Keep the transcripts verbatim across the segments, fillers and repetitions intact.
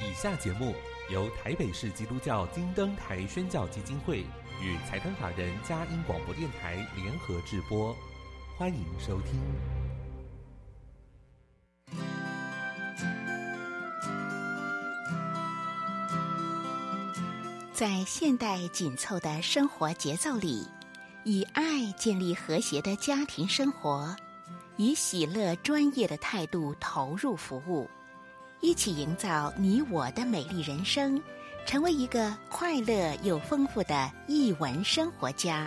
以下节目由台北市基督教金灯台宣教基金会与财团法人佳音广播电台联合制播，欢迎收听。 在现代紧凑的生活节奏里，以爱建立和谐的家庭生活，以喜乐专业的态度投入服务，一起营造你我的美丽人生，成为一个快乐又丰富的艺文生活家。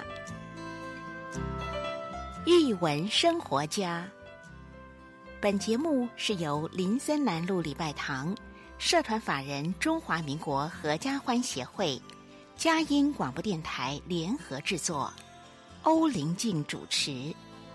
艺文生活家，本节目是由林森南路礼拜堂社团法人中华民国合家欢协会、佳音广播电台联合制作，欧灵静主持。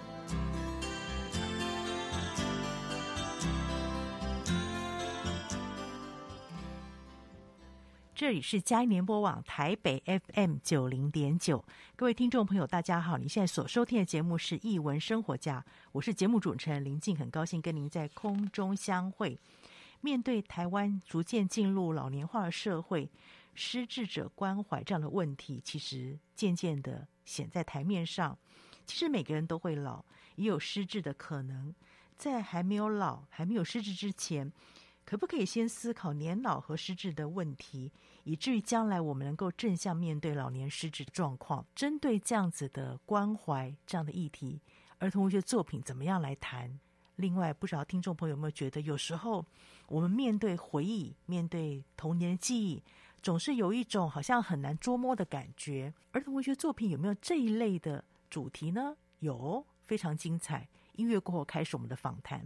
这里是佳音联播网台北 F M 九零点九，各位听众朋友，大家好！你现在所收听的节目是《艺文生活家》，我是节目主持人林静，很高兴跟您在空中相会。面对台湾逐渐进入老年化的社会，失智者关怀这样的问题，其实渐渐的显在台面上。其实每个人都会老，也有失智的可能。在还没有老、还没有失智之前，可不可以先思考年老和失智的问题，以至于将来我们能够正向面对老年失智状况？针对这样子的关怀这样的议题，儿童文学作品怎么样来谈？另外，不少听众朋友有没有觉得，有时候我们面对回忆、面对童年的记忆，总是有一种好像很难捉摸的感觉？儿童文学作品有没有这一类的主题呢？有，非常精彩。音乐过后开始我们的访谈。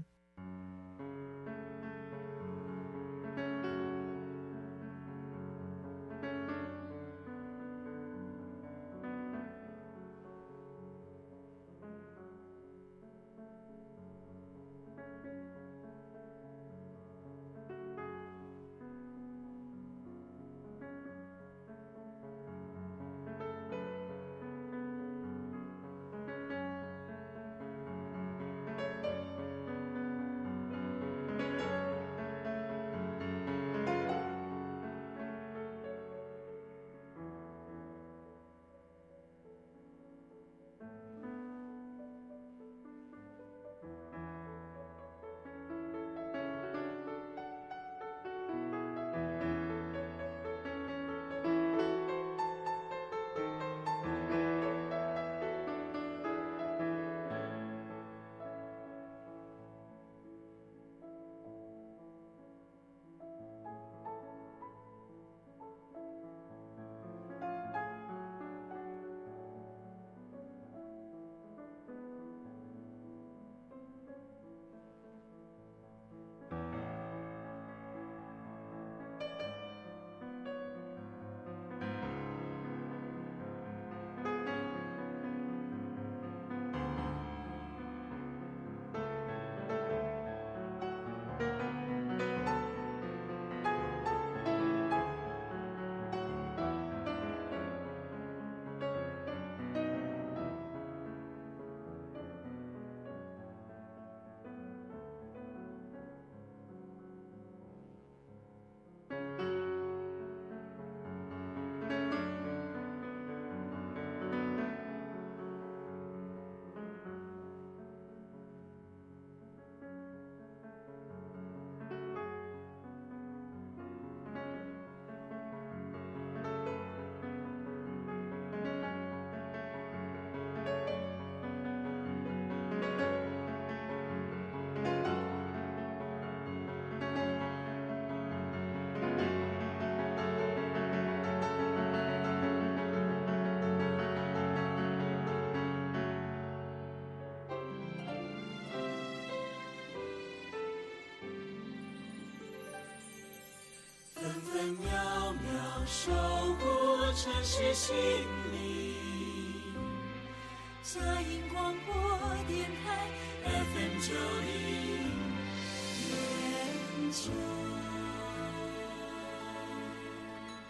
守护城市心灵，佳音广播电台 F M 九零点九。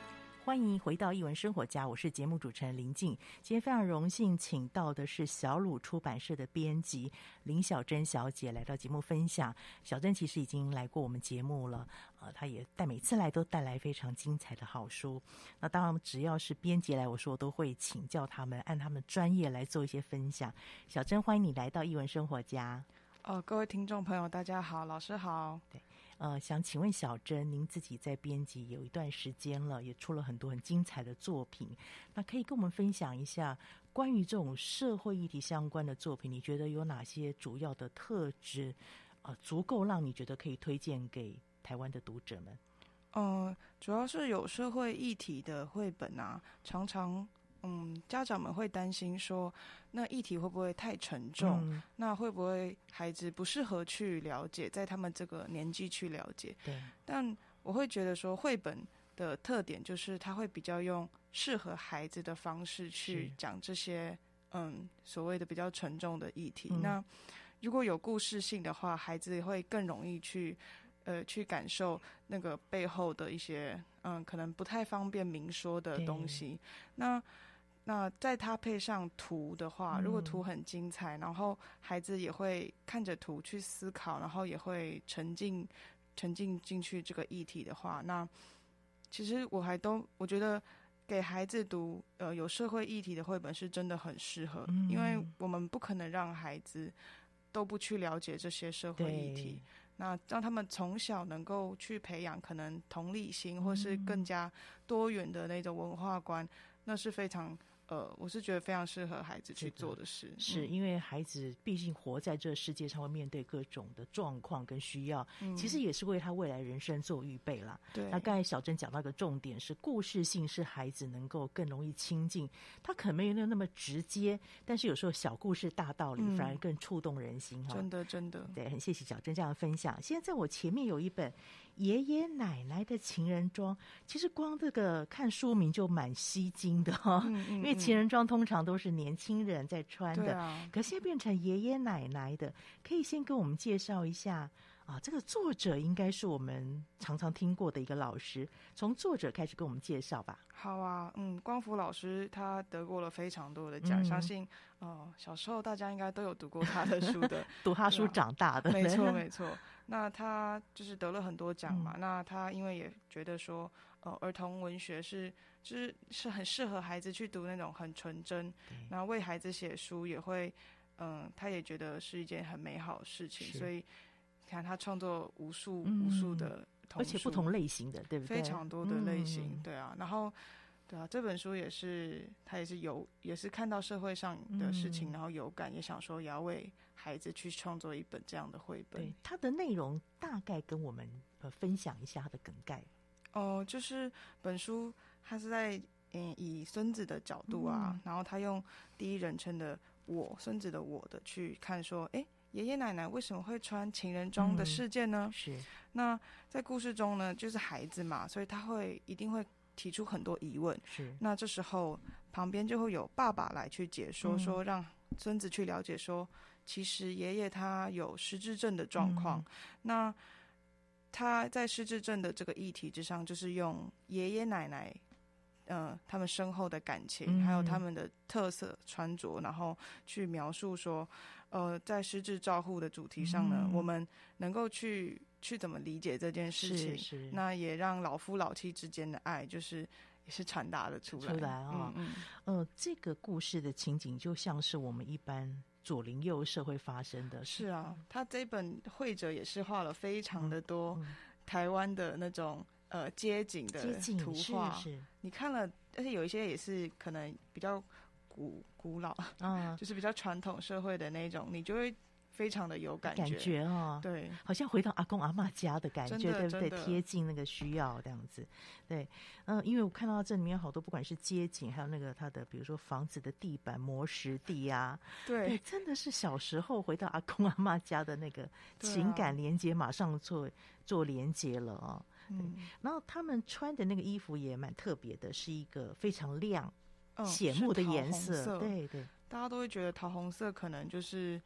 欢迎回到艺文生活家，我是节目主持人林静。今天非常荣幸请到的是小鲁出版社的编辑林小珍小姐来到节目分享。小珍其实已经来过我们节目了，呃，她也带每次来都带来非常精彩的好书。那当然，只要是编辑来，我说我都会请教他们，按他们专业来做一些分享。小珍，欢迎你来到艺文生活家。 呃，各位听众朋友，大家好，老师好。 对。呃，想请问小珍，您自己在编辑有一段时间了，也出了很多很精彩的作品，那可以跟我们分享一下关于这种社会议题相关的作品，你觉得有哪些主要的特质，呃，足够让你觉得可以推荐给台湾的读者们？ 呃，主要是有社会议题的绘本啊，常常嗯，家长们会担心说，那议题会不会太沉重？嗯、那会不会孩子不适合去了解，在他们这个年纪去了解？ 对。 但我会觉得说，绘本的特点就是它会比较用适合孩子的方式去讲这些嗯所谓的比较沉重的议题。嗯、那如果有故事性的话，孩子会更容易去呃去感受那个背后的一些嗯可能不太方便明说的东西。那那再搭配上图的话，如果图很精彩，嗯、然后孩子也会看着图去思考，然后也会沉浸沉浸进去这个议题的话，那其实我还都我觉得给孩子读呃有社会议题的绘本是真的很适合，嗯、因为我们不可能让孩子都不去了解这些社会议题，那让他们从小能够去培养可能同理心，或是更加多元的那种文化观，那是非常。呃，我是觉得非常适合孩子去做的事， 是、嗯、因为孩子毕竟活在这世界上，会面对各种的状况跟需要，嗯、其实也是为他未来人生做预备啦。 对， 那刚才小珍讲到一个重点是故事性，是孩子能够更容易亲近，他可能没有那么直接，但是有时候小故事大道理、嗯、反而更触动人心哈。 真的真的， 对，很谢谢小珍这样的分享。现在在我前面有一本爷爷奶奶的情人装，其实光这个看书名就蛮吸睛的哈、哦嗯嗯，因为情人装通常都是年轻人在穿的，啊、可现在变成爷爷奶奶的，可以先跟我们介绍一下啊，这个作者应该是我们常常听过的一个老师，从作者开始跟我们介绍吧。 好啊，嗯，光福老师他得过了非常多的奖，嗯、相信呃小时候大家应该都有读过他的书的， 读他书长大的， 没错没错。那他就是得了很多奖嘛、嗯，那他因为也觉得说，呃，儿童文学是就是是很适合孩子去读那种很纯真，然后为孩子写书也会，嗯、呃，他也觉得是一件很美好的事情，所以看他创作无数、嗯、无数的童书， 而且不同类型的，对不对？ 非常多的类型，嗯、对啊，然后。对啊，这本书也是他也是有也是看到社会上的事情，嗯、然后有感，也想说也要为孩子去创作一本这样的绘本。 对，它的内容大概跟我们呃分享一下它的梗概。 哦、呃，就是本书它是在嗯以孙子的角度啊，嗯、然后他用第一人称的我孙子的我的去看说，哎，爷爷奶奶为什么会穿情人装的事件呢？ 嗯、是。 那在故事中呢，就是孩子嘛，所以他会一定会。提出很多疑问， 是那这时候旁边就会有爸爸来去解说，嗯、说让孙子去了解说，其实爷爷他有失智症的状况，嗯、那他在失智症的这个议题之上，就是用爷爷奶奶，呃，他们身后的感情，嗯、还有他们的特色穿着，然后去描述说，呃，在失智照护的主题上呢，嗯、我们能够去。去怎么理解这件事情， 是是那也让老夫老妻之间的爱就是也是传达的出来出来啊、哦嗯嗯。呃，这个故事的情景就像是我们一般左邻右舍会发生的。 是啊，他这本绘者也是画了非常的多台湾的那种、嗯、呃街景的图画， 是是你看了，而且有一些也是可能比较古古老， 嗯， 就是比较传统社会的那种，你就会。非常的有感觉， 感觉哦， 对， 好像回到阿公阿嬷家的感觉，对不对？贴近那个需要这样子，对，嗯、呃，因为我看到这里面有好多，不管是街景，还有那个他的，比如说房子的地板磨石地啊， 对， 对真的是小时候回到阿公阿嬷家的那个情感连接，马上做、啊、做连接了哦。嗯，然后他们穿的那个衣服也蛮特别的，是一个非常亮、嗯、显目的颜色，对对， 大家都会觉得桃红色可能就是。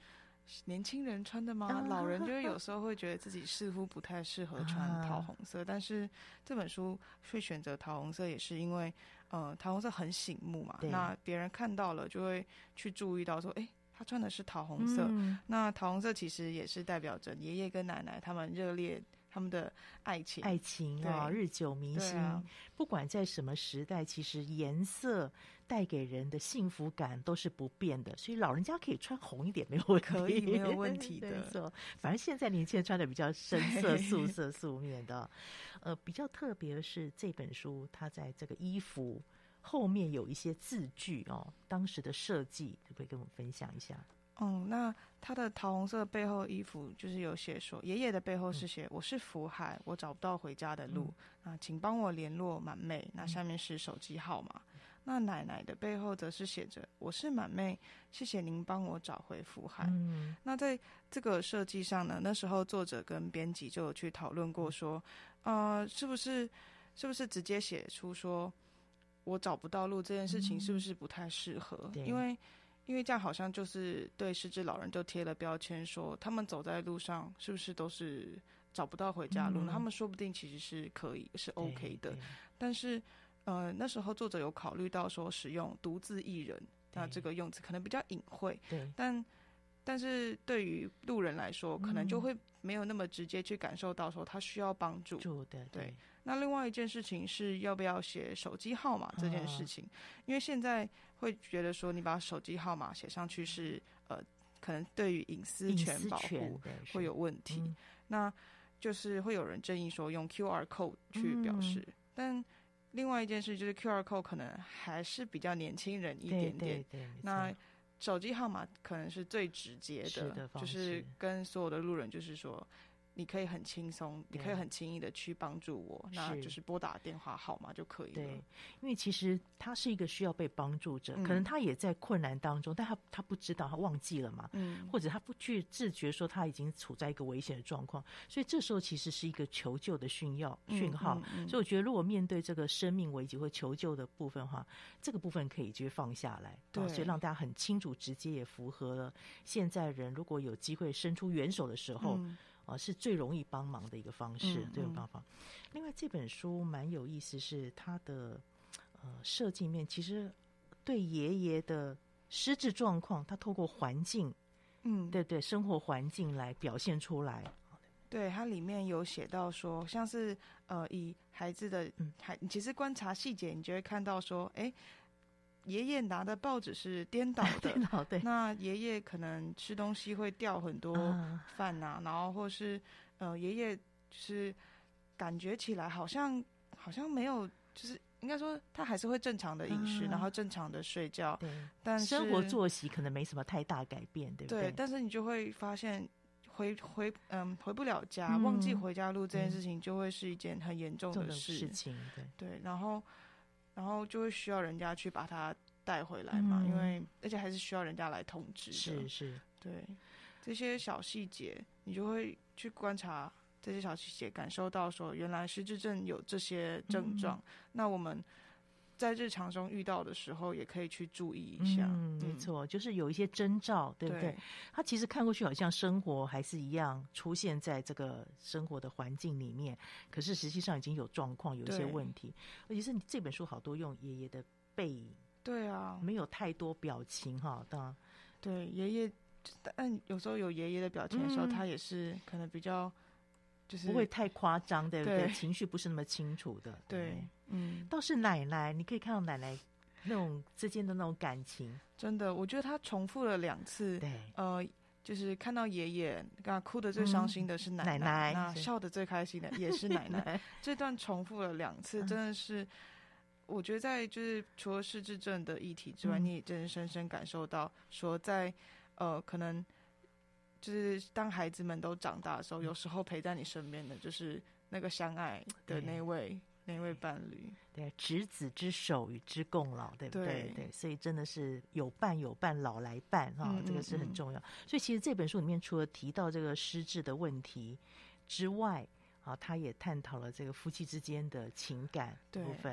年轻人穿的吗？啊、老人就是有时候会觉得自己似乎不太适合穿桃红色，啊、但是这本书会选择桃红色，也是因为呃桃红色很醒目嘛，那别人看到了就会去注意到说，哎，他穿的是桃红色，嗯、那桃红色其实也是代表着爷爷跟奶奶他们热烈他们的爱情， 爱情啊，日久弥新。啊、不管在什么时代，其实颜色带给人的幸福感都是不变的，所以老人家可以穿红一点没有问题， 可以没有问题的。 反正现在年轻人穿的比较深色、素色、素面的。呃，比较特别的是这本书，它在这个衣服后面有一些字句哦，当时的设计，可不可以跟我们分享一下？ 嗯，那他的桃红色背后衣服就是有写说，爷爷的背后是写、嗯、我是福海，我找不到回家的路，嗯、啊，请帮我联络满妹，那下面是手机号码。嗯、那奶奶的背后则是写着我是满妹，谢谢您帮我找回福海。嗯、那在这个设计上呢，那时候作者跟编辑就有去讨论过说，呃，是不是是不是直接写出说我找不到路这件事情是不是不太适合？嗯、因为因为这样好像就是对失智老人就贴了标签，说他们走在路上是不是都是找不到回家路？嗯、他们说不定其实是可以是 OK 的，但是呃那时候作者有考虑到说使用独自一人，那这个用词可能比较隐晦，但但是对于路人来说，可能就会没有那么直接去感受到说他需要帮助。 助的对。 对，那另外一件事情是要不要写手机号码这件事情，啊、因为现在会觉得说你把手机号码写上去是呃，可能对于隐私权保护会有问题，嗯、那就是会有人争议说用 Q R code 去表示，嗯、但另外一件事就是 Q R code 可能还是比较年轻人一点点， 对对对， 那手机号码可能是最直接 的, 是的就是跟所有的路人就是说你可以很轻松，你可以很轻易的去帮助我，那就是拨打电话号码就可以了。 对，因为其实他是一个需要被帮助者，嗯、可能他也在困难当中，但他他不知道，他忘记了嘛，嗯，或者他不去自觉说他已经处在一个危险的状况，所以这时候其实是一个求救的讯号讯号。嗯嗯嗯、所以我觉得，如果面对这个生命危机或求救的部分的话，这个部分可以就放下来，对，所以让大家很清楚、直接，也符合了现在人如果有机会伸出援手的时候。嗯啊，是最容易帮忙的一个方式，嗯、这种方法。另外，这本书蛮有意思，是它的呃设计面，其实对爷爷的失智状况，他透过环境，嗯，对对，生活环境来表现出来。 对，它里面有写到说，像是呃，以孩子的孩，你其实观察细节，你就会看到说，哎。爷爷拿的报纸是颠倒的， 颠倒对。 那爷爷可能吃东西会掉很多饭啊，啊然后或是呃，爷爷就是感觉起来好像好像没有，就是应该说他还是会正常的饮食，啊、然后正常的睡觉， 对， 但是生活作息可能没什么太大改变，对不对？ 对，但是你就会发现回回嗯回不了家，嗯、忘记回家路这件事情，就会是一件很严重的事， 嗯、事情，对对，然后。然后就会需要人家去把它带回来嘛，嗯、因为而且还是需要人家来通知的。 是是， 对这些小细节，你就会去观察这些小细节，感受到说原来失智症有这些症状。嗯、那我们在日常中遇到的时候，也可以去注意一下。 嗯，没错，就是有一些征兆，对不对？对，它其实看过去好像生活还是一样出现在这个生活的环境里面，可是实际上已经有状况，有一些问题。而且是你这本书好多用爷爷的背影， 对啊， 没有太多表情哈，当然， 对爷爷，但有时候有爷爷的表情的时候，嗯、他也是可能比较。就是不会太夸张，对不对？对，情绪不是那么清楚的。 对，对嗯， 倒是奶奶，你可以看到奶奶那种之间的那种感情， 真的，我觉得她重复了两次。 对， 呃，就是看到爷爷，刚刚哭得最伤心的是奶奶， 嗯、奶奶那笑得最开心的也是奶奶。这段重复了两次，真的是，嗯、我觉得在就是除了失智症的议题之外，嗯、你也真的深深感受到说在，呃，可能。就是当孩子们都长大的时候，有时候陪在你身边的就是那个相爱的那位那位伴侣。 对，执子之手与之共老，对不对？对，对，所以真的是有伴有伴，老来伴哈、哦，这个是很重要。嗯嗯嗯，所以其实这本书里面除了提到这个失智的问题之外，啊，他也探讨了这个夫妻之间的情感部分。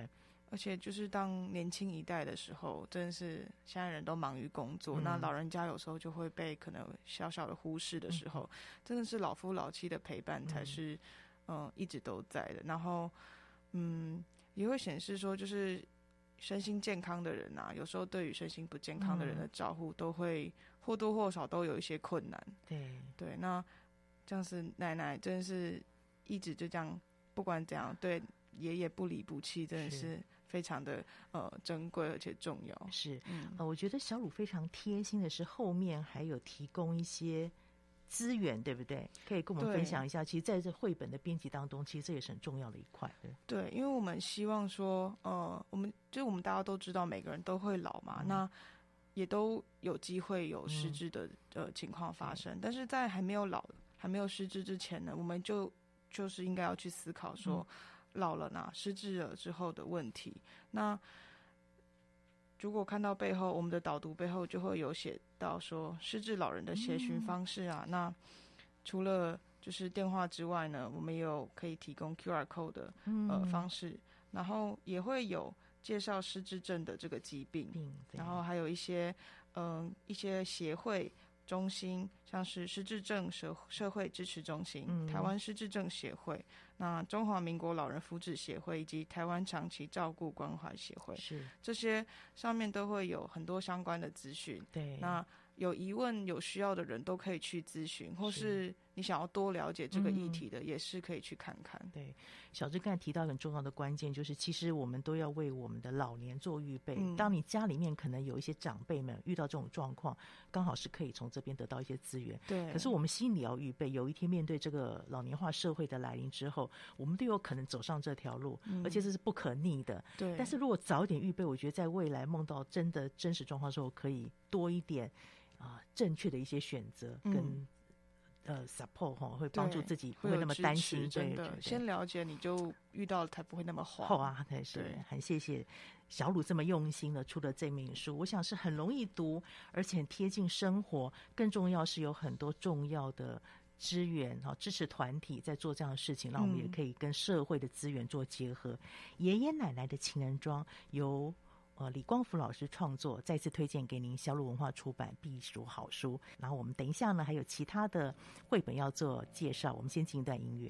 而且就是当年轻一代的时候，真的是现在人都忙于工作，嗯、那老人家有时候就会被可能小小的忽视的时候，嗯、真的是老夫老妻的陪伴才是嗯、呃、一直都在的。然后嗯也会显示说，就是身心健康的人啊，有时候对于身心不健康的人的照护，都会或多或少都有一些困难。 对对，那这样是奶奶真的是一直就这样，不管怎样对爷爷不离不弃，真的是非常的呃珍贵而且重要。 是， 嗯、 呃，我觉得小鲁非常贴心的是后面还有提供一些资源，对不对？可以跟我们分享一下。其实在这绘本的编辑当中，其实这也是很重要的一块。对， 对，因为我们希望说，呃，我们就我们大家都知道，每个人都会老嘛，嗯、那也都有机会有失智的、嗯、呃情况发生。但是在还没有老、还没有失智之前呢，我们就就是应该要去思考说，嗯、老了呢，失智了之后的问题。那如果看到背后，我们的导读背后就会有写到说失智老人的协寻方式啊。嗯、那除了就是电话之外呢，我们也有可以提供 Q R code 的、嗯、呃方式，然后也会有介绍失智症的这个疾病，然后还有一些嗯、呃、一些协会中心，像是失智症社社会支持中心、嗯、台湾失智症协会。那中华民国老人福祉协会以及台湾长期照顾关怀协会， 是这些上面都会有很多相关的资讯。 对， 那有疑问、有需要的人都可以去咨询，或是你想要多了解这个议题的，嗯、也是可以去看看。 对，小芝刚才提到很重要的关键，就是其实我们都要为我们的老年做预备。嗯、当你家里面可能有一些长辈们遇到这种状况，刚好是可以从这边得到一些资源。 对， 可是我们心里要预备，有一天面对这个老年化社会的来临之后，我们都有可能走上这条路，嗯、而且这是不可逆的。 对， 但是如果早一点预备，我觉得在未来梦到真的真实状况的时候，可以多一点啊、呃、正确的一些选择跟、嗯、呃 support 哈，会帮助自己不会那么担心。 真的，先了解你就遇到了才不会那么慌。 好啊，对，是很谢谢小鲁这么用心的出了这本书，我想是很容易读，而且很贴近生活。更重要是有很多重要的支援支持团体在做这样的事情，让我们也可以跟社会的资源做结合。嗯、爷爷奶奶的情人装由呃李光福老师创作，再次推荐给您，小鲁文化出版，必属好书。然后我们等一下呢还有其他的绘本要做介绍，我们先进一段音乐。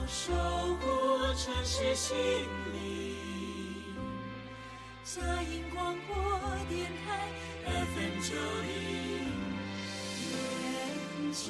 守护城市心灵，嘉义广播电台 F M 九零点九。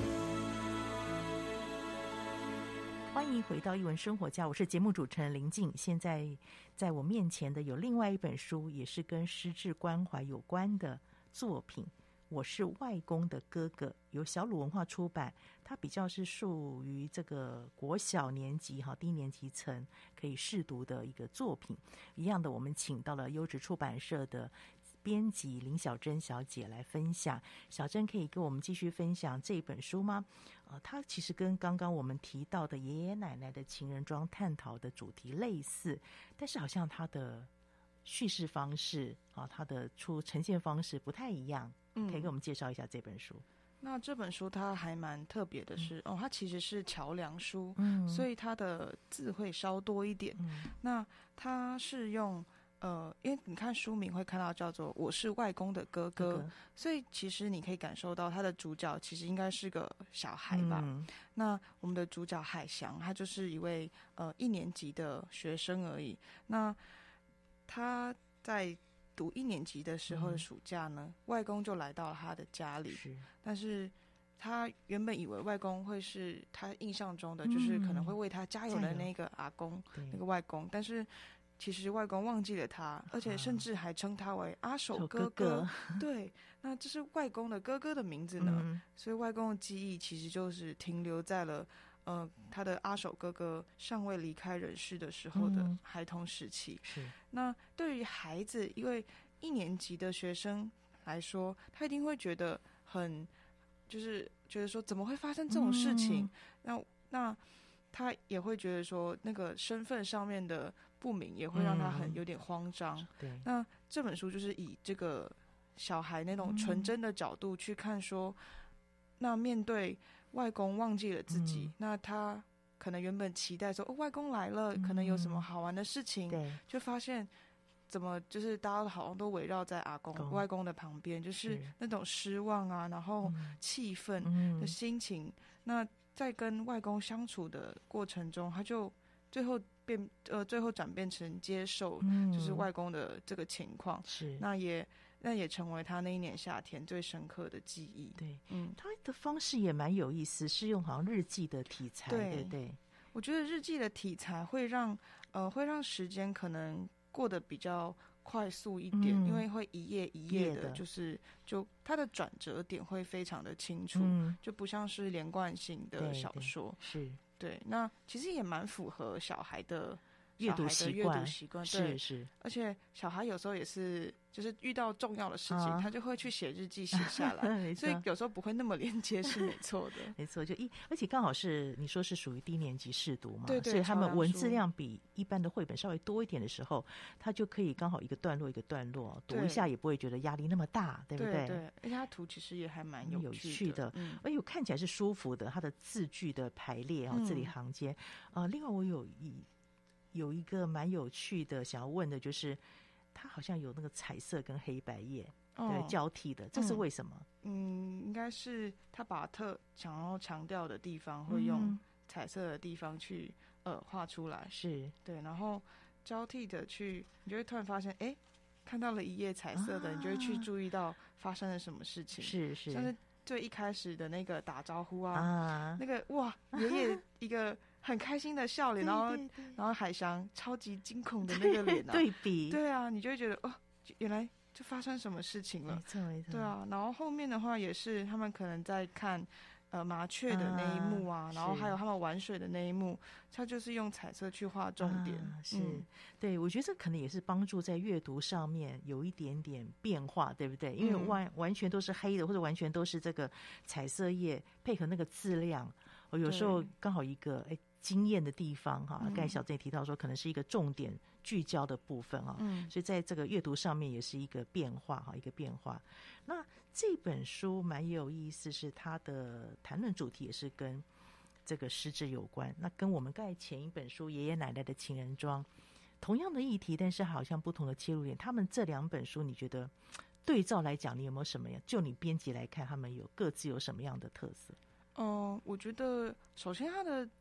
欢迎回到艺文生活家，我是节目主持人林静。现在在我面前的有另外一本书，也是跟失智关怀有关的作品，我是外公的哥哥，由小鲁文化出版。它比较是属于这个国小年级哈低年级层可以试读的一个作品。一样的，我们请到了优质出版社的编辑林小珍小姐来分享。小珍可以跟我们继续分享这本书吗？呃，它其实跟刚刚我们提到的爷爷奶奶的情人庄探讨的主题类似，但是好像它的叙事方式啊，它的出呈现方式不太一样。 嗯， 可以给我们介绍一下这本书？ 那这本书它还蛮特别的是，嗯、哦，它其实是桥梁书， 嗯， 所以它的字会稍多一点。 嗯， 那它是用呃，因为你看书名会看到叫做“我是外公的哥哥”， 哥哥， 所以其实你可以感受到它的主角其实应该是个小孩吧。 嗯， 那我们的主角海翔，他就是一位呃一年级的学生而已。那他在读一年级的时候的暑假呢，嗯、外公就来到了他的家里， 是但是他原本以为外公会是他印象中的，就是可能会为他加油的那个阿公， 嗯、 那个外公，但是其实外公忘记了他，而且甚至还称他为阿守哥哥。 哥哥对，那这是外公的哥哥的名字呢， 嗯、 所以外公的记忆其实就是停留在了呃他的阿守哥哥尚未离开人世的时候的孩童时期。 是， 那对于孩子，因为一年级的学生来说，他一定会觉得很，就是觉得说怎么会发生这种事情？嗯、那那他也会觉得说，那个身份上面的不明也会让他很有点慌张。 嗯、对， 那这本书就是以这个小孩那种纯真的角度去看说，嗯、那面对外公忘记了自己，嗯、那他可能原本期待说，哦，外公来了，嗯、可能有什么好玩的事情， 对， 就发现怎么就是大家好像都围绕在阿公、 公外公的旁边，就是那种失望啊，然后气愤的心情。嗯、那在跟外公相处的过程中，他就最后变呃，最后转变成接受，就是外公的这个情况。是、嗯，那也那也成为他那一年夏天最深刻的记忆。 对，嗯，他的方式也蛮有意思，是用好像日记的题材，对对对。 我觉得日记的题材会让呃会让时间可能过得比较快速一点，嗯、因为会一页一页的，就是就它的转折点会非常的清楚，嗯、就不像是连贯性的小说。 对对是， 对，那其实也蛮符合小孩的阅读习惯，习惯是是， 而且小孩有时候也是，就是遇到重要的事情，啊、他就会去写日记写下来，所以有时候不会那么连接，是没错的。 没错，就一，而且刚好是你说是属于低年级试读嘛， 对对， 所以他们文字量比一般的绘本稍微多一点的时候，他就可以刚好一个段落一个段落读一下，也不会觉得压力那么大，对不对？ 对对，而且它图其实也还蛮有趣的， 嗯、 而且看起来是舒服的，它的字句的排列啊，字里行间。嗯、呃，另外我有一。有一个蛮有趣的想要问的，就是它好像有那个彩色跟黑白页的、哦、交替的，这是为什么？ 嗯，应该是他把特想要强调的地方会用彩色的地方去、嗯、呃画出来， 是对，然后交替的去，你就会突然发现，哎，看到了一页彩色的，啊、你就会去注意到发生了什么事情， 是是， 像是最一开始的那个打招呼啊， 啊那个哇，爷爷一个。很开心的笑脸，然后然后海翔超级惊恐的那个脸啊， 对比， 对啊，你就会觉得哦，原来就发生什么事情了， 没错没错， 对啊，然后后面的话也是他们可能在看呃麻雀的那一幕啊，啊然后还有他们玩水的那一幕，他就是用彩色去画重点， 啊、是、嗯，对，我觉得这可能也是帮助在阅读上面有一点点变化，对不对？因为完、嗯、完全都是黑的，或者完全都是这个彩色页配合那个字量，哦，有时候刚好一个哎。经验的地方哈，刚才小郑也提到说，可能是一个重点聚焦的部分哈，嗯，所以在这个阅读上面也是一个变化哈，一个变化。那这本书蛮有意思，是它的谈论主题也是跟这个失智有关。那跟我们刚才前一本书《爷爷奶奶的情人庄》同样的议题，但是好像不同的切入点。他们这两本书，你觉得对照来讲，你有没有什么样？就你编辑来看，他们有各自有什么样的特色？ 嗯、呃，我觉得首先它的。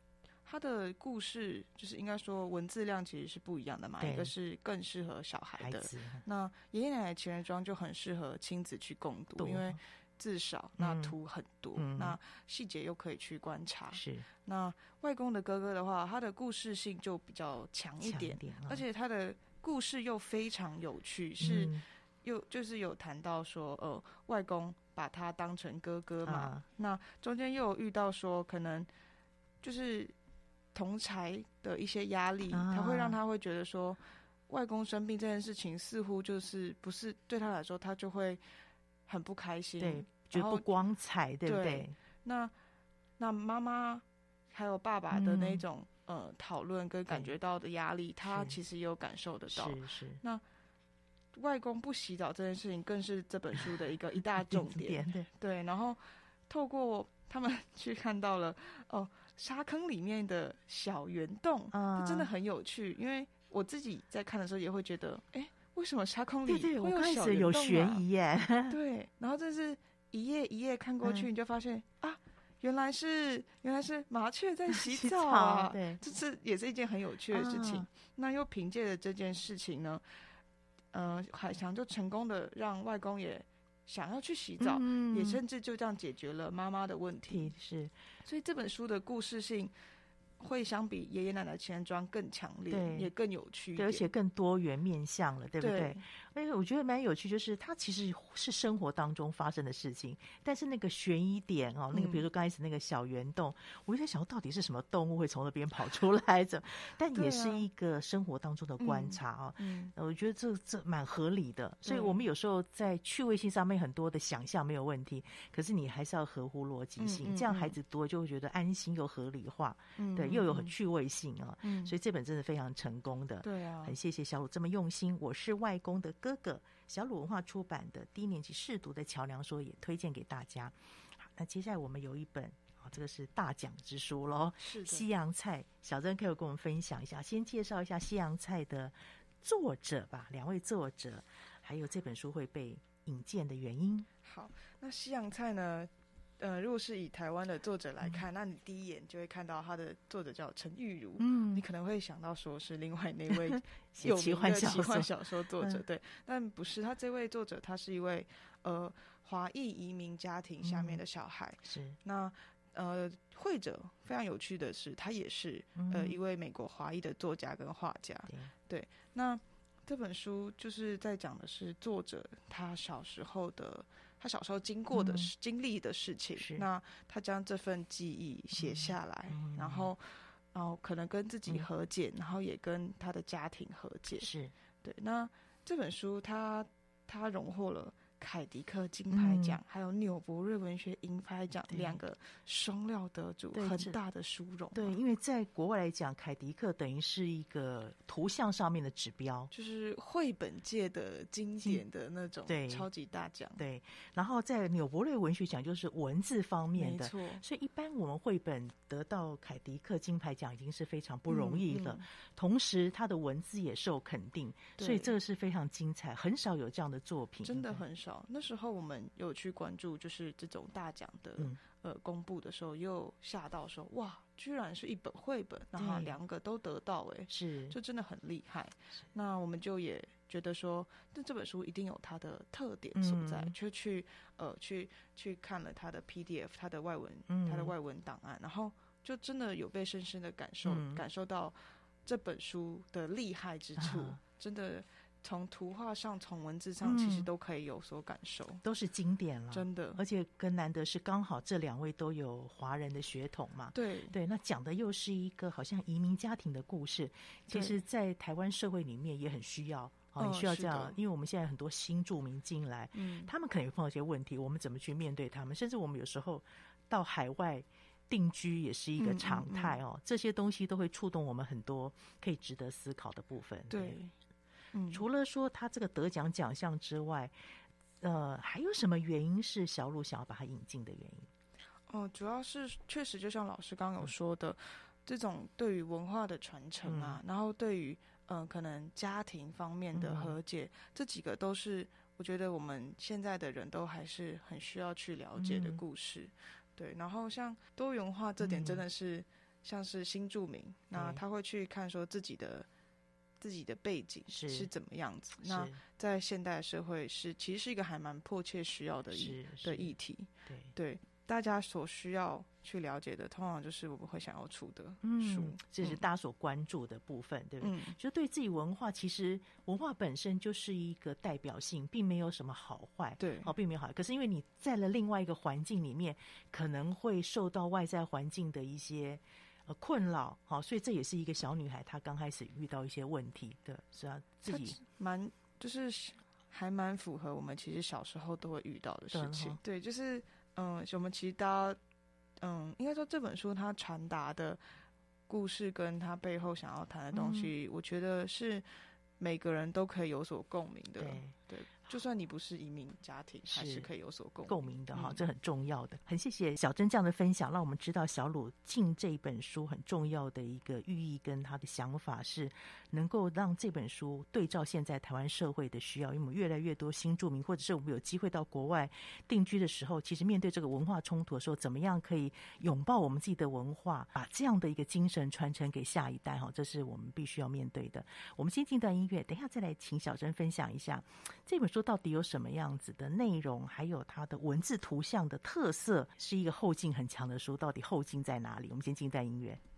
他的故事就是应该说文字量其实是不一样的嘛，一个是更适合小孩的， 孩那爷爷奶奶情人庄就很适合亲子去共读，因为字少，那图很多，嗯、那细节又可以去观察。 是， 那外公的哥哥的话，他的故事性就比较强一点， 点啊、 而且他的故事又非常有趣，是、嗯、又就是有谈到说，呃，外公把他当成哥哥嘛，啊、那中间又有遇到说，可能就是同侪的一些压力，啊、他会让他会觉得说，外公生病这件事情似乎就是不是对他来说，他就会很不开心， 对，觉得不光彩，对不对？ 对，那那妈妈还有爸爸的那种、嗯、呃讨论跟感觉到的压力，他其实也有感受得到。 是是。 那外公不洗澡这件事情，更是这本书的一个一大重点。 对对，然后透过他们去看到了哦，沙坑里面的小圆洞，啊、真的很有趣。因为我自己在看的时候也会觉得，哎。为什么沙坑里会有小圆洞啊？ 有悬疑耶。 对，然后这是一页一页看过去，嗯、你就发现啊，原来是原来是麻雀在洗澡啊！ 对， 这是也是一件很有趣的事情。啊、那又凭借着这件事情呢，呃，海翔就成功的让外公也想要去洗澡，嗯、也甚至就这样解决了妈妈的问题。 是， 所以这本书的故事性会相比爷爷奶奶情人庄更强烈，也更有趣一点， 对，而且更多元面向了，对不对？ 对， 而且我觉得蛮有趣，就是它其实是生活当中发生的事情，但是那个悬疑点哦，那个比如说刚开始那个小圆洞，嗯、我就在想到底是什么动物会从那边跑出来的，但也是一个生活当中的观察啊、哦。嗯，我觉得这这蛮合理的，所以我们有时候在趣味性上面很多的想象没有问题，可是你还是要合乎逻辑性，嗯嗯嗯、这样孩子多就会觉得安心又合理化，嗯、对。又有很趣味性啊、嗯，所以这本真的非常成功的。 对啊， 很谢谢小鲁这么用心。我是外公的哥哥，小鲁文化出版的低年级试读的桥梁说也推荐给大家。好，那接下来我们有一本啊，这个是大奖之书咯， 是西洋菜。小珍可以跟我们分享一下，先介绍一下西洋菜的作者吧，两位作者，还有这本书会被引荐的原因。 好，那西洋菜呢？呃，如果是以台湾的作者来看，嗯、那你第一眼就会看到他的作者叫陈玉如，嗯，你可能会想到说是另外那位有名的奇幻小说作者，对，但不是，他这位作者他是一位呃华裔移民家庭下面的小孩，嗯、 是那呃绘者非常有趣的是，他也是、嗯、呃一位美国华裔的作家跟画家，对，对，那这本书就是在讲的是作者他小时候的。他小时候经过的、嗯、经历的事情，那他将这份记忆写下来，嗯、然后，然后可能跟自己和解，嗯、然后也跟他的家庭和解。 是对。那这本书他，他他荣获了凯迪克金牌奖，嗯、还有纽伯瑞文学银牌奖两个双料得主，很大的殊荣、啊。 对，因为在国外来讲，凯迪克等于是一个图像上面的指标， 就是绘本界的经典的那种超级大奖。 对，然后在纽伯瑞文学奖就是文字方面的， 没错。 所以一般我们绘本得到凯迪克金牌奖已经是非常不容易了，嗯嗯、同时它的文字也受肯定，所以这个是非常精彩，很少有这样的作品， 真的很少。那时候我们有去关注，就是这种大奖的、嗯、呃公布的时候，又吓到说哇，居然是一本绘本，然后两个都得到、欸，哎， 是， 就真的很厉害。那我们就也觉得说，那这本书一定有它的特点所在，嗯、就去呃去去看了它的 P D F， 它的外文，嗯、它的外文档案，然后就真的有被深深的感受，嗯、感受到这本书的厉害之处，啊、真的。从图画上，从文字上，其实都可以有所感受， 嗯、都是经典了， 真的。 而且更难得是，刚好这两位都有华人的血统嘛， 对对。那讲的又是一个好像移民家庭的故事，其实，在台湾社会里面也很需要，哦，也需要这样，因为我们现在很多新住民进来，嗯，他们可能也碰到一些问题，我们怎么去面对他们？甚至我们有时候到海外定居也是一个常态哦，嗯嗯嗯这些东西都会触动我们很多可以值得思考的部分， 对。 对嗯、除了说他这个得奖奖项之外，呃，还有什么原因是小鲁想要把它引进的原因？ 哦，主要是确实就像老师刚刚有说的，嗯、这种对于文化的传承啊，嗯、然后对于嗯、呃、可能家庭方面的和解，嗯、这几个都是我觉得我们现在的人都还是很需要去了解的故事。嗯、对，然后像多元化这点真的是。嗯像是新住民，那他会去看说自己的自己的背景是是怎么样子。那在现代社会是其实是一个还蛮迫切需要的议的议题，对对，大家所需要去了解的，通常就是我们会想要出的书， 嗯，这是大家所关注的部分，嗯、对不对？嗯、就对自己文化，其实文化本身就是一个代表性，并没有什么好坏， 对， 哦，并没有好。可是因为你在了另外一个环境里面，可能会受到外在环境的一些呃困扰，好、哦，所以这也是一个小女孩她刚开始遇到一些问题的，是啊，自己蛮就是还蛮符合我们其实小时候都会遇到的事情，对，就是嗯，我们其实大家。嗯，应该说这本书它传达的故事跟它背后想要谈的东西，嗯、我觉得是每个人都可以有所共鸣的。对，对，就算你不是移民家庭，还是可以有所共鸣共鸣的哈、嗯，这很重要的。很谢谢小珍这样的分享，让我们知道小鲁进这本书很重要的一个寓意跟他的想法是，能够让这本书对照现在台湾社会的需要，因为我们越来越多新住民，或者是我们有机会到国外定居的时候，其实面对这个文化冲突的时候，怎么样可以拥抱我们自己的文化，把这样的一个精神传承给下一代哈，这是我们必须要面对的。我们先进段音乐，等一下再来请小珍分享一下这本书到底有什么样子的内容，还有它的文字图像的特色，是一个后劲很强的书，到底后劲在哪里？我们先进段音乐。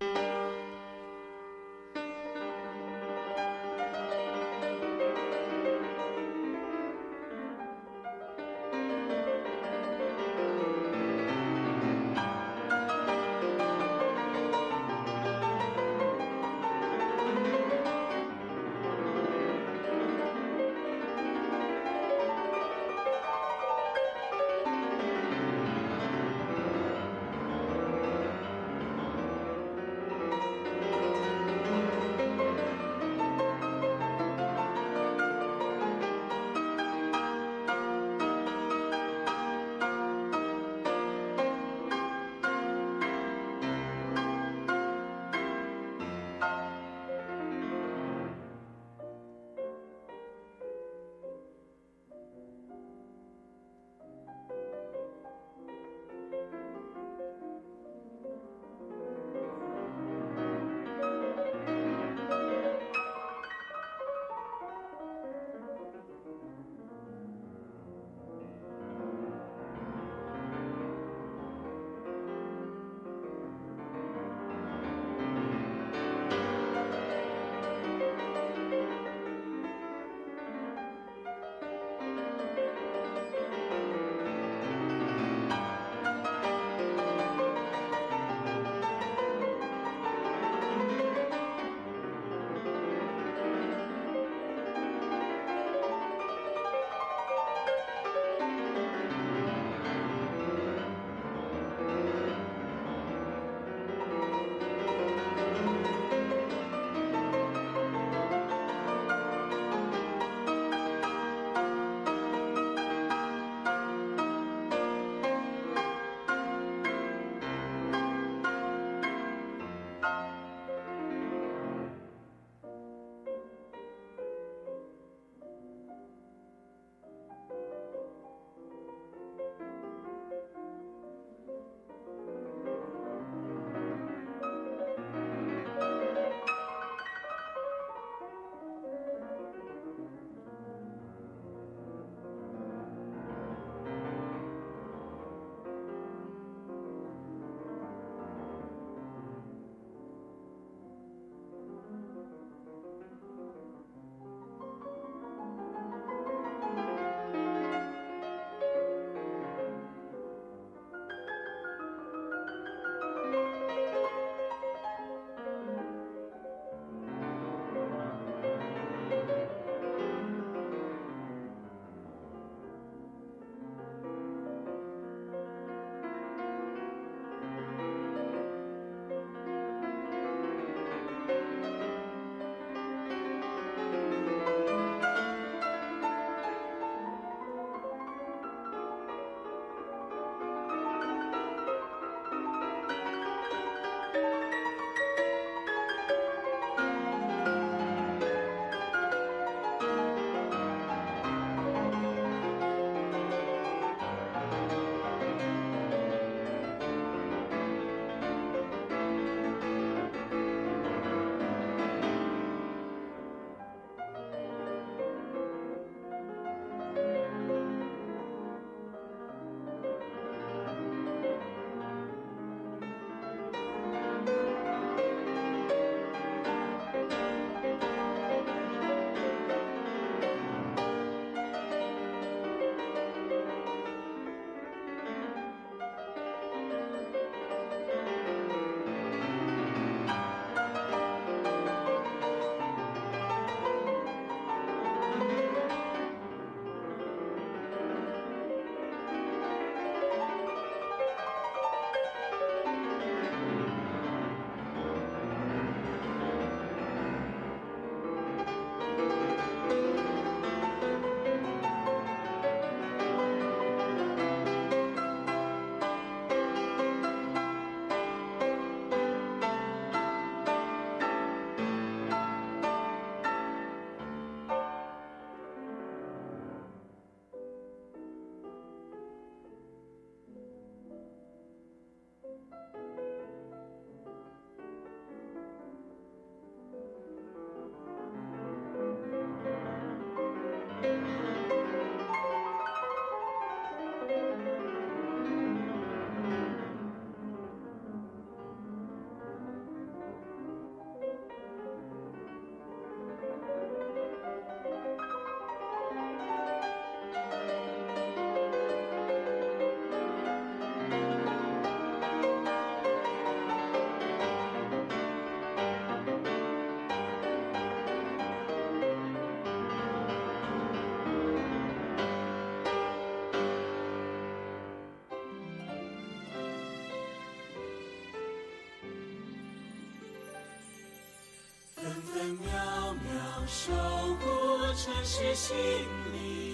收获城市心灵。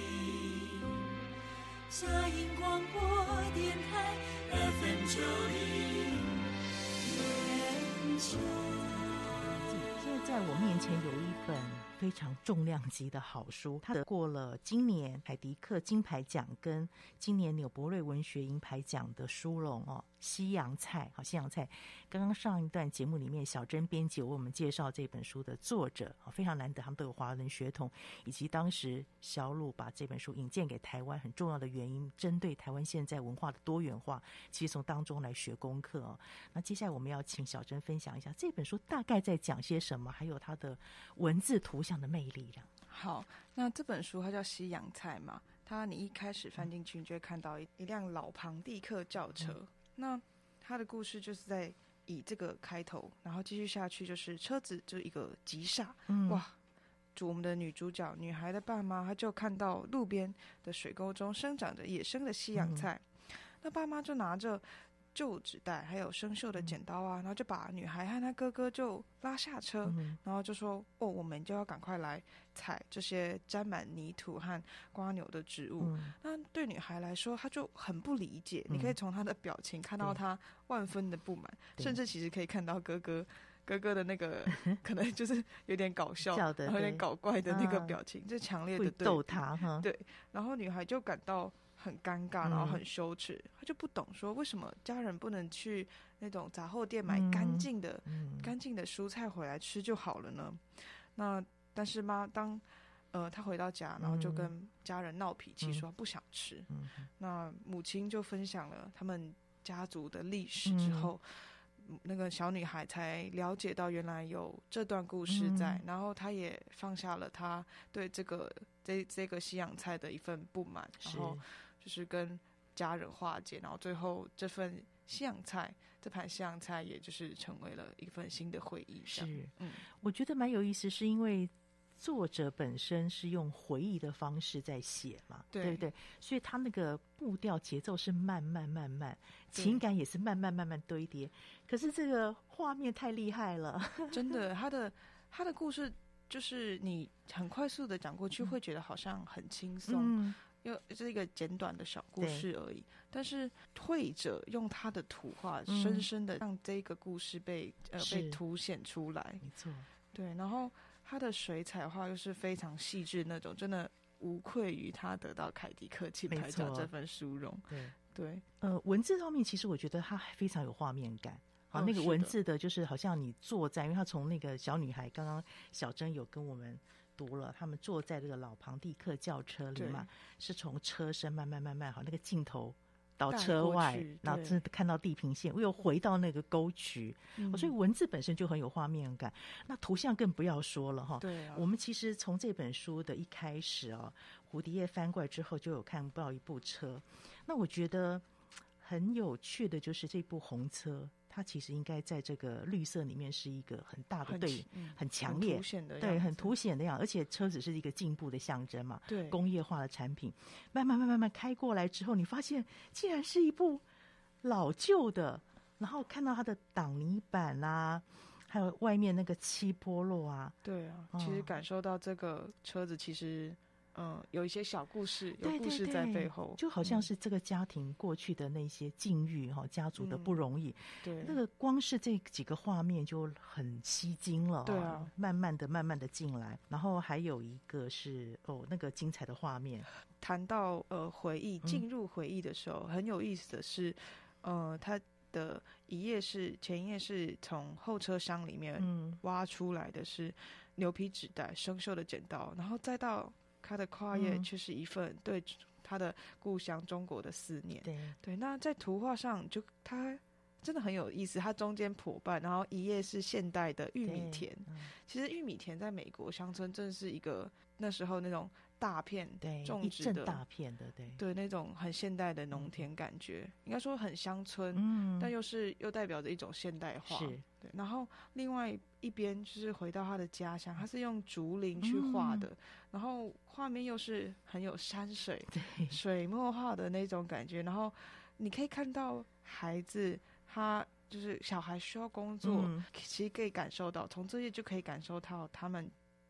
嘉义广播电台 F M 九零点九。 现在在我面前有一本非常重量级的好书，它得过了今年凯迪克金牌奖跟今年纽伯瑞文学银牌奖的殊荣哦。西洋菜，好，西洋菜。刚刚上一段节目里面，小珍编辑为我们介绍这本书的作者，非常难得，他们都有华人血统，以及当时小鲁把这本书引荐给台湾很重要的原因，针对台湾现在文化的多元化，其实从当中来学功课哦。那接下来我们要请小珍分享一下这本书大概在讲些什么，还有它的文字图像的魅力了。 好，那这本书它叫西洋菜嘛，它你一开始翻进去，你就会看到一一辆老庞蒂克轿车。嗯，那他的故事就是在以这个开头，然后继续下去，就是车子就一个急刹，嗯，哇！我们的女主角女孩的爸妈，他就看到路边的水沟中生长着野生的西洋菜，嗯，那爸妈就拿着旧纸袋还有生锈的剪刀啊，嗯，然后就把女孩和她哥哥就拉下车，嗯，然后就说哦，我们就要赶快来采这些沾满泥土和瓜牛的植物，嗯，那对女孩来说她就很不理解，嗯，你可以从她的表情看到她万分的不满，甚至其实可以看到哥哥哥哥的那个可能就是有点搞笑然后有点搞怪的那个表情，啊，就强烈的对逗他哈， 对，然后女孩就感到很尴尬，然后很羞耻，嗯，他就不懂说为什么家人不能去那种杂货店买干净的、嗯、干净的蔬菜回来吃就好了呢？那但是妈当呃他回到家，然后就跟家人闹脾气，说不想吃。嗯、那母亲就分享了他们家族的历史之后。嗯，那个小女孩才了解到原来有这段故事在，嗯，然后她也放下了她对这个这这个西洋菜的一份不满，然后就是跟家人化解，然后最后这份西洋菜这盘西洋菜也就是成为了一份新的回忆。是，嗯， 我觉得蛮有意思，是因为作者本身是用回忆的方式在写嘛， 对, 对不对？所以他那个步调节奏是慢慢慢慢，情感也是慢慢慢慢堆叠。可是这个画面太厉害了， 真的，他的他的故事就是你很快速的讲过去，嗯，会觉得好像很轻松，嗯，因为这是一个简短的小故事而已。但是绘者用他的图画，嗯，深深的让这个故事被呃被凸显出来， 没错， 对，然后。他的水彩画又是非常细致那种，真的无愧于他得到凯迪克金牌奖这份殊荣。 对对， 呃，文字方面其实我觉得他非常有画面感。好，哦，那个文字的就是好像你坐在，因为他从那个小女孩，刚刚小珍有跟我们读了，他们坐在这个老庞蒂克轿车里嘛，是从车身慢慢慢慢，好，那个镜头。到车外，然后真的看到地平线，我又回到那个沟渠，嗯哦，所以文字本身就很有画面感。那图像更不要说了哈。 对啊， 我们其实从这本书的一开始啊，蝴蝶叶翻过来之后，就有看到一部车。那我觉得很有趣的就是这部红车。它其实应该在这个绿色里面是一个很大的对，很, 嗯、很强烈， 很凸显的对，很凸显的样子。而且车子是一个进步的象征嘛， 对， 工业化的产品，慢慢慢慢慢开过来之后，你发现竟然是一部老旧的，然后看到它的挡泥板啊，还有外面那个漆剥落啊， 对啊，哦，其实感受到这个车子其实。嗯，有一些小故事，有故事在背后， 对对对，就好像是这个家庭过去的那些境遇哈，嗯，家族的不容易， 嗯，对， 那个光是这几个画面就很吸睛了， 对啊， 慢慢的、慢慢的进来，然后还有一个是哦，那个精彩的画面， 谈到呃回忆，进入回忆的时候，嗯，很有意思的是，呃，他的一页是前一页是从后车厢里面挖出来的是牛皮纸袋、生锈的剪刀，然后再到。他的跨页却是一份对他的故乡中国的思念。 对对，那在图画上就他真的很有意思，它中间剖半，然后一页是现代的玉米田。嗯，其实玉米田在美国乡村正是一个那时候那种大片种植的，一阵大片的，对对，那种很现代的农田感觉，嗯，应该说很乡村，嗯，但又是又代表着一种现代化。 是， 对。然后另外一边就是回到他的家乡，他是用竹林去画的，嗯，然后画面又是很有山水、水墨画的那种感觉，然后你可以看到孩子他就是小孩需要工作，嗯，其实可以感受到，从这些就可以感受到他们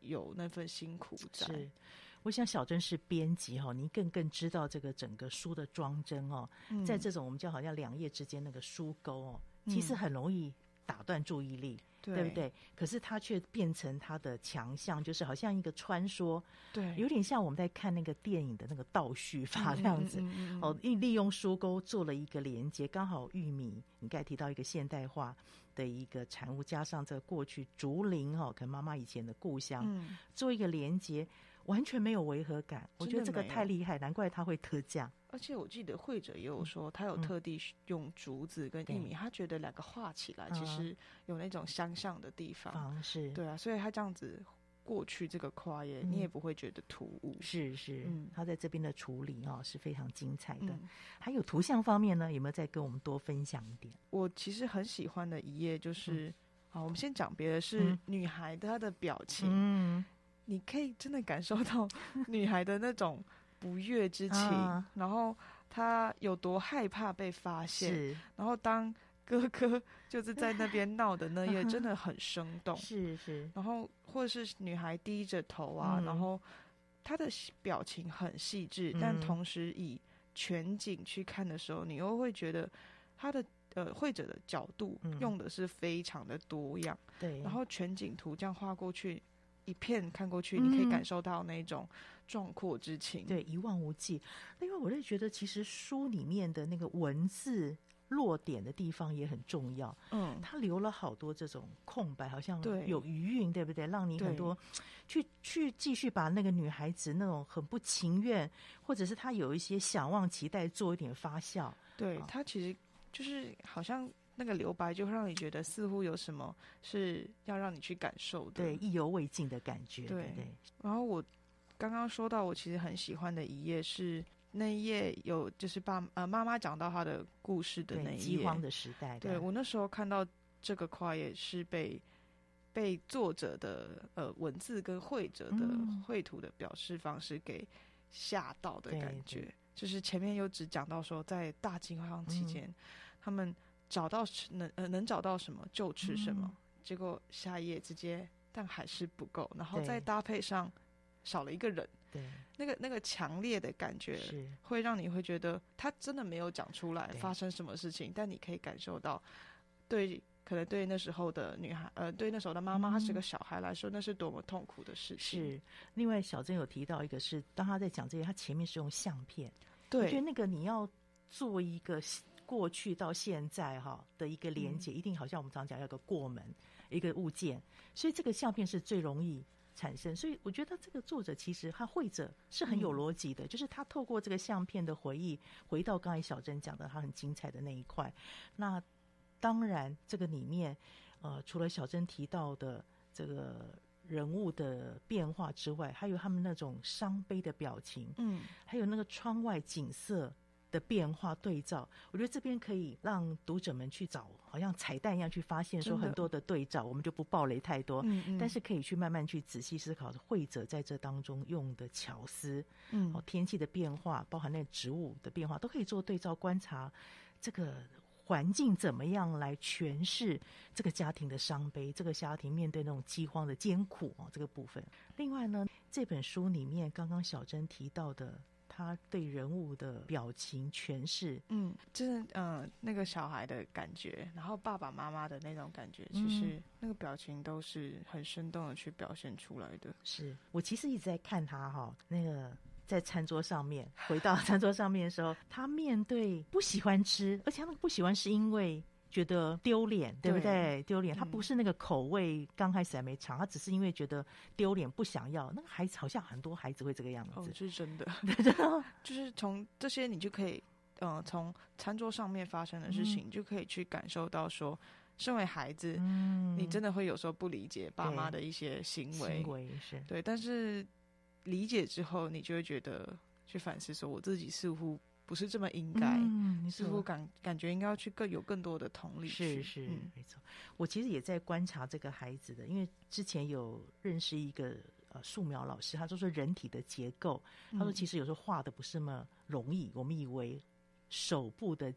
有那份辛苦在。 是，我想小珍是编辑哈，您更更知道这个整个书的装帧哦，嗯、在这种我们叫好像两页之间那个书钩哦，其实很容易打断注意力。嗯对, 对不对？可是它却变成它的强项，就是好像一个穿梭， 对， 有点像我们在看那个电影的那个倒叙法这样子。嗯嗯嗯嗯哦，利用书钩做了一个连接，刚好玉米，你刚才提到一个现代化的一个产物，加上这个过去竹林哦，可能妈妈以前的故乡，嗯、做一个连接，完全没有违和感。我觉得这个太厉害，难怪它会特价。 而且我记得会者也有说，他有特地用竹子跟玉米，嗯、他觉得两个画起来其实有那种相像的地方。 方式对啊，所以他这样子过去这个跨页，嗯、你也不会觉得突兀。 是是，嗯、他在这边的处理哦是非常精彩的。嗯、还有图像方面呢，有没有再跟我们多分享一点？ 我其实很喜欢的一页就是，嗯、好，我们先讲别的是，是女孩她的表情，嗯，你可以真的感受到女孩的那种不悦之情，啊、然后她有多害怕被发现，然后当哥哥就是在那边闹的那页真的很生动， 是是， 然后或者是女孩低着头啊，嗯、然后她的表情很细致，嗯、但同时以全景去看的时候，你又会觉得她的呃绘者的角度用的是非常的多样， 对、嗯， 然后全景图这样画过去。一片看过去，你可以感受到那种壮阔之情， 嗯、对，一望无际。另外，我就觉得其实书里面的那个文字落点的地方也很重要。嗯，他留了好多这种空白，好像有余韵， 对, 对不对？让你很多去去继续把那个女孩子那种很不情愿，或者是她有一些想望期待，做一点发酵。 对，他其实就是好像。那个留白就会让你觉得似乎有什么是要让你去感受的， 对，意犹未尽的感觉。 对对, 对。 然后我刚刚说到，我其实很喜欢的一页是那一页有就是爸呃妈妈讲到她的故事的那一页， 饥荒的时代。 对，我那时候看到这个跨页是被被作者的呃文字跟绘者的绘图的表示方式给吓到的感觉。对对，就是前面有只讲到说，在大饥荒期间，嗯、他们。找到能呃能找到什么就吃什么，嗯、结果下一页直接但还是不够，然后再搭配上少了一个人， 对， 那个那个强烈的感觉会让你会觉得他真的没有讲出来发生什么事情，但你可以感受到，对，可能对那时候的女孩呃对那时候的妈妈，她、嗯、是个小孩来说，那是多么痛苦的事情。 是，另外小珍有提到一个是，当他在讲这些，他前面是用相片， 对， 我觉得那个你要做一个。过去到现在哈的一个连结，嗯、一定好像我们常讲要个过门一个物件，所以这个相片是最容易产生。所以我觉得这个作者其实他绘者是很有逻辑的，嗯、就是他透过这个相片的回忆，回到刚才小珍讲的他很精彩的那一块。那当然这个里面呃除了小珍提到的这个人物的变化之外，还有他们那种伤悲的表情，嗯，还有那个窗外景色的变化对照，我觉得这边可以让读者们去找，好像彩蛋一样去发现说很多的对照，我们就不爆雷太多，嗯嗯，但是可以去慢慢去仔细思考绘者在这当中用的巧思，嗯，哦，天气的变化，包含那植物的变化，都可以做对照观察，这个环境怎么样来诠释这个家庭的伤悲，这个家庭面对那种饥荒的艰苦哦，这个部分。另外呢，这本书里面刚刚小珍提到的。他对人物的表情诠释， 嗯，就是嗯、呃，那个小孩的感觉，然后爸爸妈妈的那种感觉，其实那个表情都是很生动的去表现出来的。 是我其实一直在看他哈，那个在餐桌上面，回到餐桌上面的时候，他面对不喜欢吃，而且他那个不喜欢是因为。觉得丢脸，对不对？丢脸，他不是那个口味刚开始还没尝，他只是因为觉得丢脸不想要。那个孩子好像很多孩子会这个样子， 哦，是真的，就是从这些你就可以，呃，从餐桌上面发生的事情，嗯、就可以去感受到说，身为孩子，嗯、你真的会有时候不理解爸妈的一些行为， 行为是对，但是理解之后，你就会觉得去反思说，我自己似乎。不是这么应该，嗯，似乎感感觉应该要去更有更多的同理心。是是、嗯，没错。我其实也在观察这个孩子的，因为之前有认识一个呃素描老师，他就说人体的结构，他说其实有时候画的不是那么容易，嗯、我们以为手部的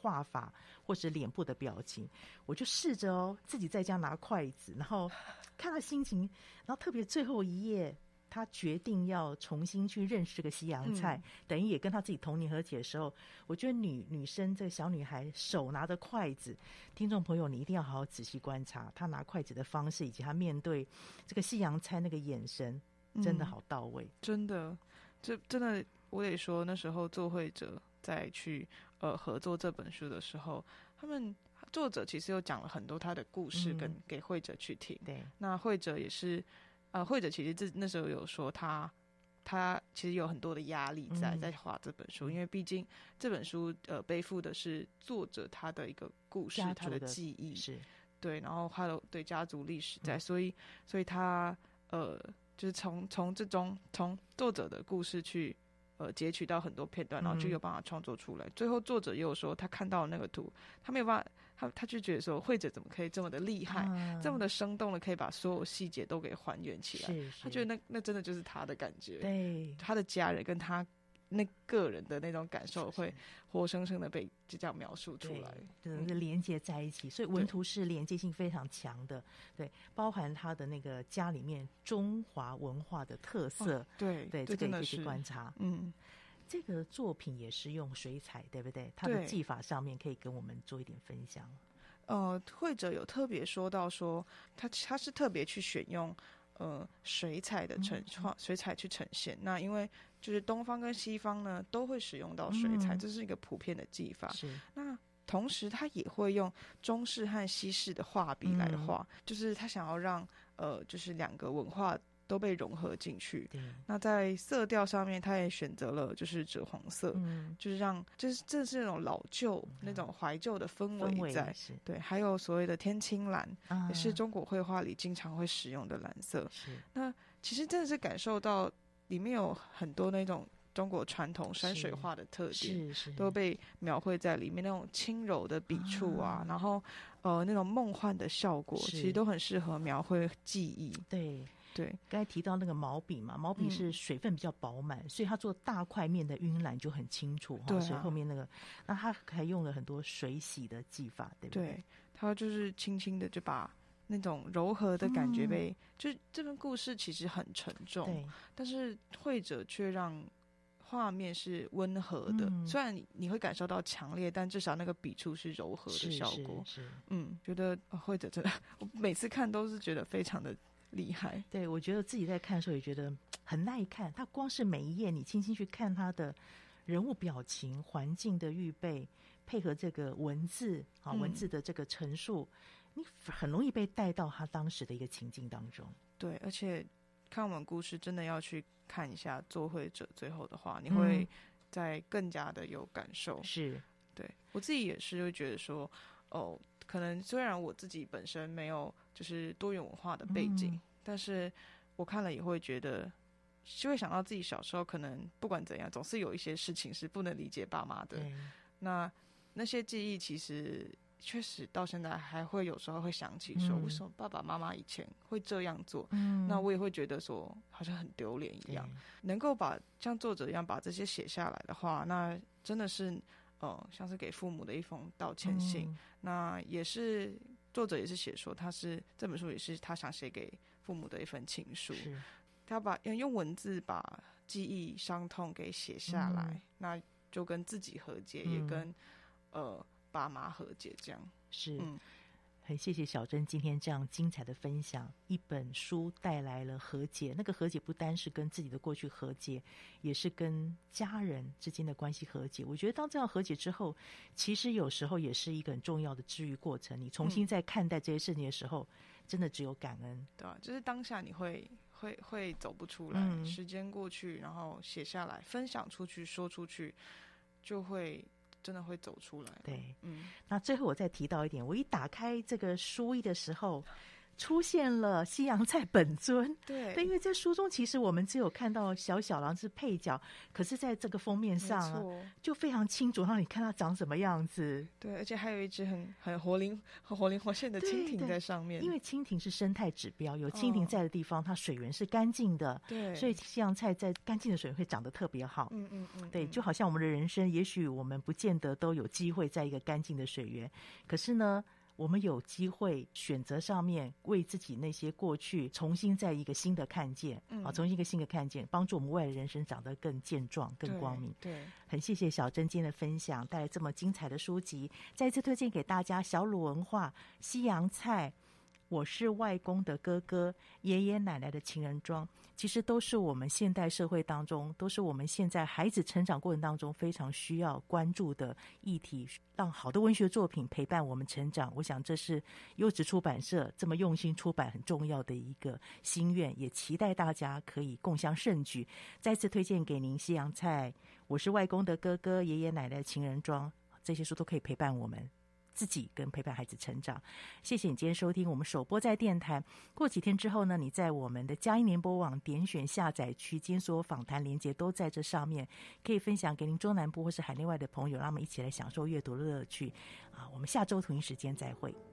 画法或者脸部的表情，我就试着哦自己在家拿筷子，然后看他心情，然后特别最后一页。他决定要重新去认识这个西洋菜，嗯、等于也跟他自己童年和解的时候，我觉得女女生这个小女孩手拿着筷子，听众朋友你一定要好好仔细观察她拿筷子的方式，以及她面对这个西洋菜那个眼神，真的好到位。嗯、 真的，这真的我得说，那时候作绘者在去呃合作这本书的时候，他们作者其实有讲了很多他的故事跟给绘者去听， 嗯、对， 那绘者也是。呃，绘者其实这那时候有说他，他其实有很多的压力在、嗯、在画这本书，因为毕竟这本书呃背负的是作者他的一个故事，他的记忆， 是对，然后他的对家族历史在，嗯、所以所以他呃就是从从这种从作者的故事去呃截取到很多片段，然后就有办法创作出来。嗯、最后作者也有说，他看到那个图，他没有办法。他他就觉得说，绘者怎么可以这么的厉害，嗯、这么的生动的，可以把所有细节都给还原起来。 是是， 他觉得那那真的就是他的感觉， 对， 他的家人跟他那个人的那种感受，会活生生的被就这样描述出来， 对，是连接在一起。所以文图是连接性非常强的，对，包含他的那个家里面中华文化的特色， 哦、对对，这个也可以去观察， 嗯。 这个作品也是用水彩，对不对？它的技法上面可以跟我们做一点分享。 呃，绘者有特别说到说，他他是特别去选用呃水彩的呈创、嗯、水彩去呈现。那因为就是东方跟西方呢都会使用到水彩，嗯、这是一个普遍的技法。 是。那同时他也会用中式和西式的画笔来画，嗯、就是他想要让呃就是两个文化都被融合进去。那在色调上面，他也选择了就是赭黄色，嗯、就是让就是这是那种老旧、嗯、那种怀旧的氛围在。对，还有所谓的天青蓝，啊、也是中国绘画里经常会使用的蓝色。那其实真的是感受到里面有很多那种中国传统山水画的特点，都被描绘在里面，那种轻柔的笔触啊，啊然后呃那种梦幻的效果，其实都很适合描绘记忆。 对。 对， 刚才提到那个毛笔嘛，毛笔是水分比较饱满，嗯、所以它做大块面的晕染就很清楚。 对、啊， 所以后面那个，那它还用了很多水洗的技法，对不对？ 对，它就是轻轻的就把那种柔和的感觉被，嗯、就这份故事其实很沉重，对，但是绘者却让画面是温和的，嗯、虽然你你会感受到强烈，但至少那个笔触是柔和的效果。 是是是， 嗯，觉得绘者真的，我每次看都是觉得非常的厉害。 对，我觉得自己在看的时候也觉得很耐看，他光是每一页你轻轻去看他的人物表情、环境的预备，配合这个文字啊、嗯、文字的这个陈述，你很容易被带到他当时的一个情境当中。 对，而且看我们故事真的要去看一下作绘者最后的话，你会再更加的有感受。 嗯、是， 对，我自己也是会觉得说，哦，可能虽然我自己本身没有就是多元文化的背景，嗯、但是我看了也会觉得，就会想到自己小时候可能不管怎样，总是有一些事情是不能理解爸妈的。那那些记忆其实确实到现在还会有时候会想起说，为什么爸爸妈妈以前会这样做？嗯、那我也会觉得说，好像很丢脸一样。能够把像作者一样把这些写下来的话，那真的是。呃，像是给父母的一封道歉信，嗯、那也是作者也是写说，他是这本书也是他想写给父母的一份情书。他把用文字把记忆伤痛给写下来，嗯、那就跟自己和解，嗯、也跟呃爸妈和解，这样是。嗯很谢谢小珍今天这样精彩的分享，一本书带来了和解，那个和解不单是跟自己的过去和解，也是跟家人之间的关系和解。我觉得当这样和解之后，其实有时候也是一个很重要的治愈过程，你重新在看待这些事情的时候，嗯、真的只有感恩。 对啊，就是当下你会会会走不出来，嗯、时间过去然后写下来分享出去说出去，就会真的会走出来。 对，嗯，那最后我再提到一点，我一打开这个书衣的时候， 出现了西洋菜本尊。 对， 对，因为在书中其实我们只有看到小小狼是配角，可是在这个封面上、啊、就非常清楚让你看它长什么样子。 对，而且还有一只很很活灵很活灵活现的蜻蜓在上面。 因为蜻蜓是生态指标，有蜻蜓在的地方、哦、它水源是干净的， 对， 所以西洋菜在干净的水源会长得特别好。 嗯嗯嗯， 对，就好像我们的人生，也许我们不见得都有机会在一个干净的水源，可是呢我们有机会选择上面为自己那些过去重新在一个新的看见、嗯、啊，重新一个新的看见，帮助我们未来的人生长得更健壮更光明。 对， 对， 很谢谢小珍今天的分享，带来这么精彩的书籍，再一次推荐给大家小鲁文化西洋菜，我是外公的哥哥，爷爷奶奶的情人装，其实都是我们现代社会当中，都是我们现在孩子成长过程当中非常需要关注的议题，让好的文学作品陪伴我们成长，我想这是优质出版社这么用心出版很重要的一个心愿，也期待大家可以共襄盛举。再次推荐给您西洋菜，我是外公的哥哥，爷爷奶奶的情人装，这些书都可以陪伴我们自己跟陪伴孩子成长。谢谢你今天收听我们首播在电台，过几天之后呢，你在我们的佳音联播网点选下载区，今天所有访谈连结都在这上面，可以分享给您中南部或是海内外的朋友，让我们一起来享受阅读的乐趣啊！我们下周同一时间再会。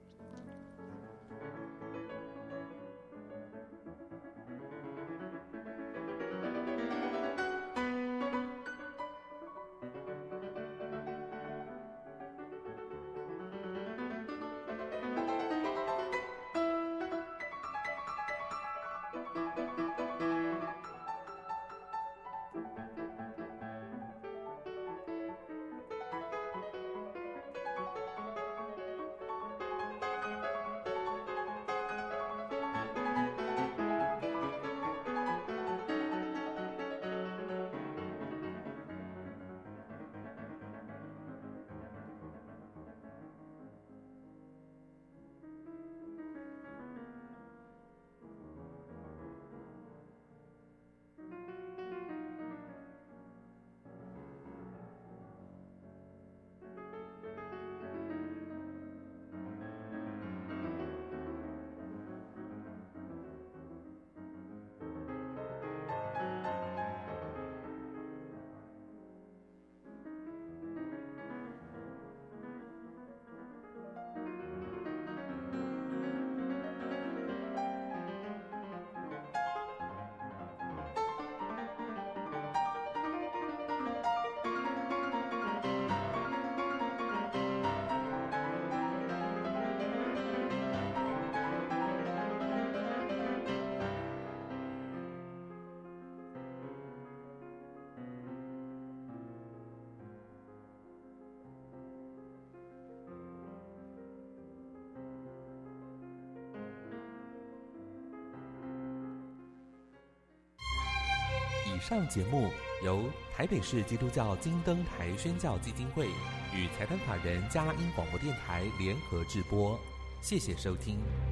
以上节目由台北市基督教金灯台宣教基金会与财团法人佳音广播电台联合制播，谢谢收听。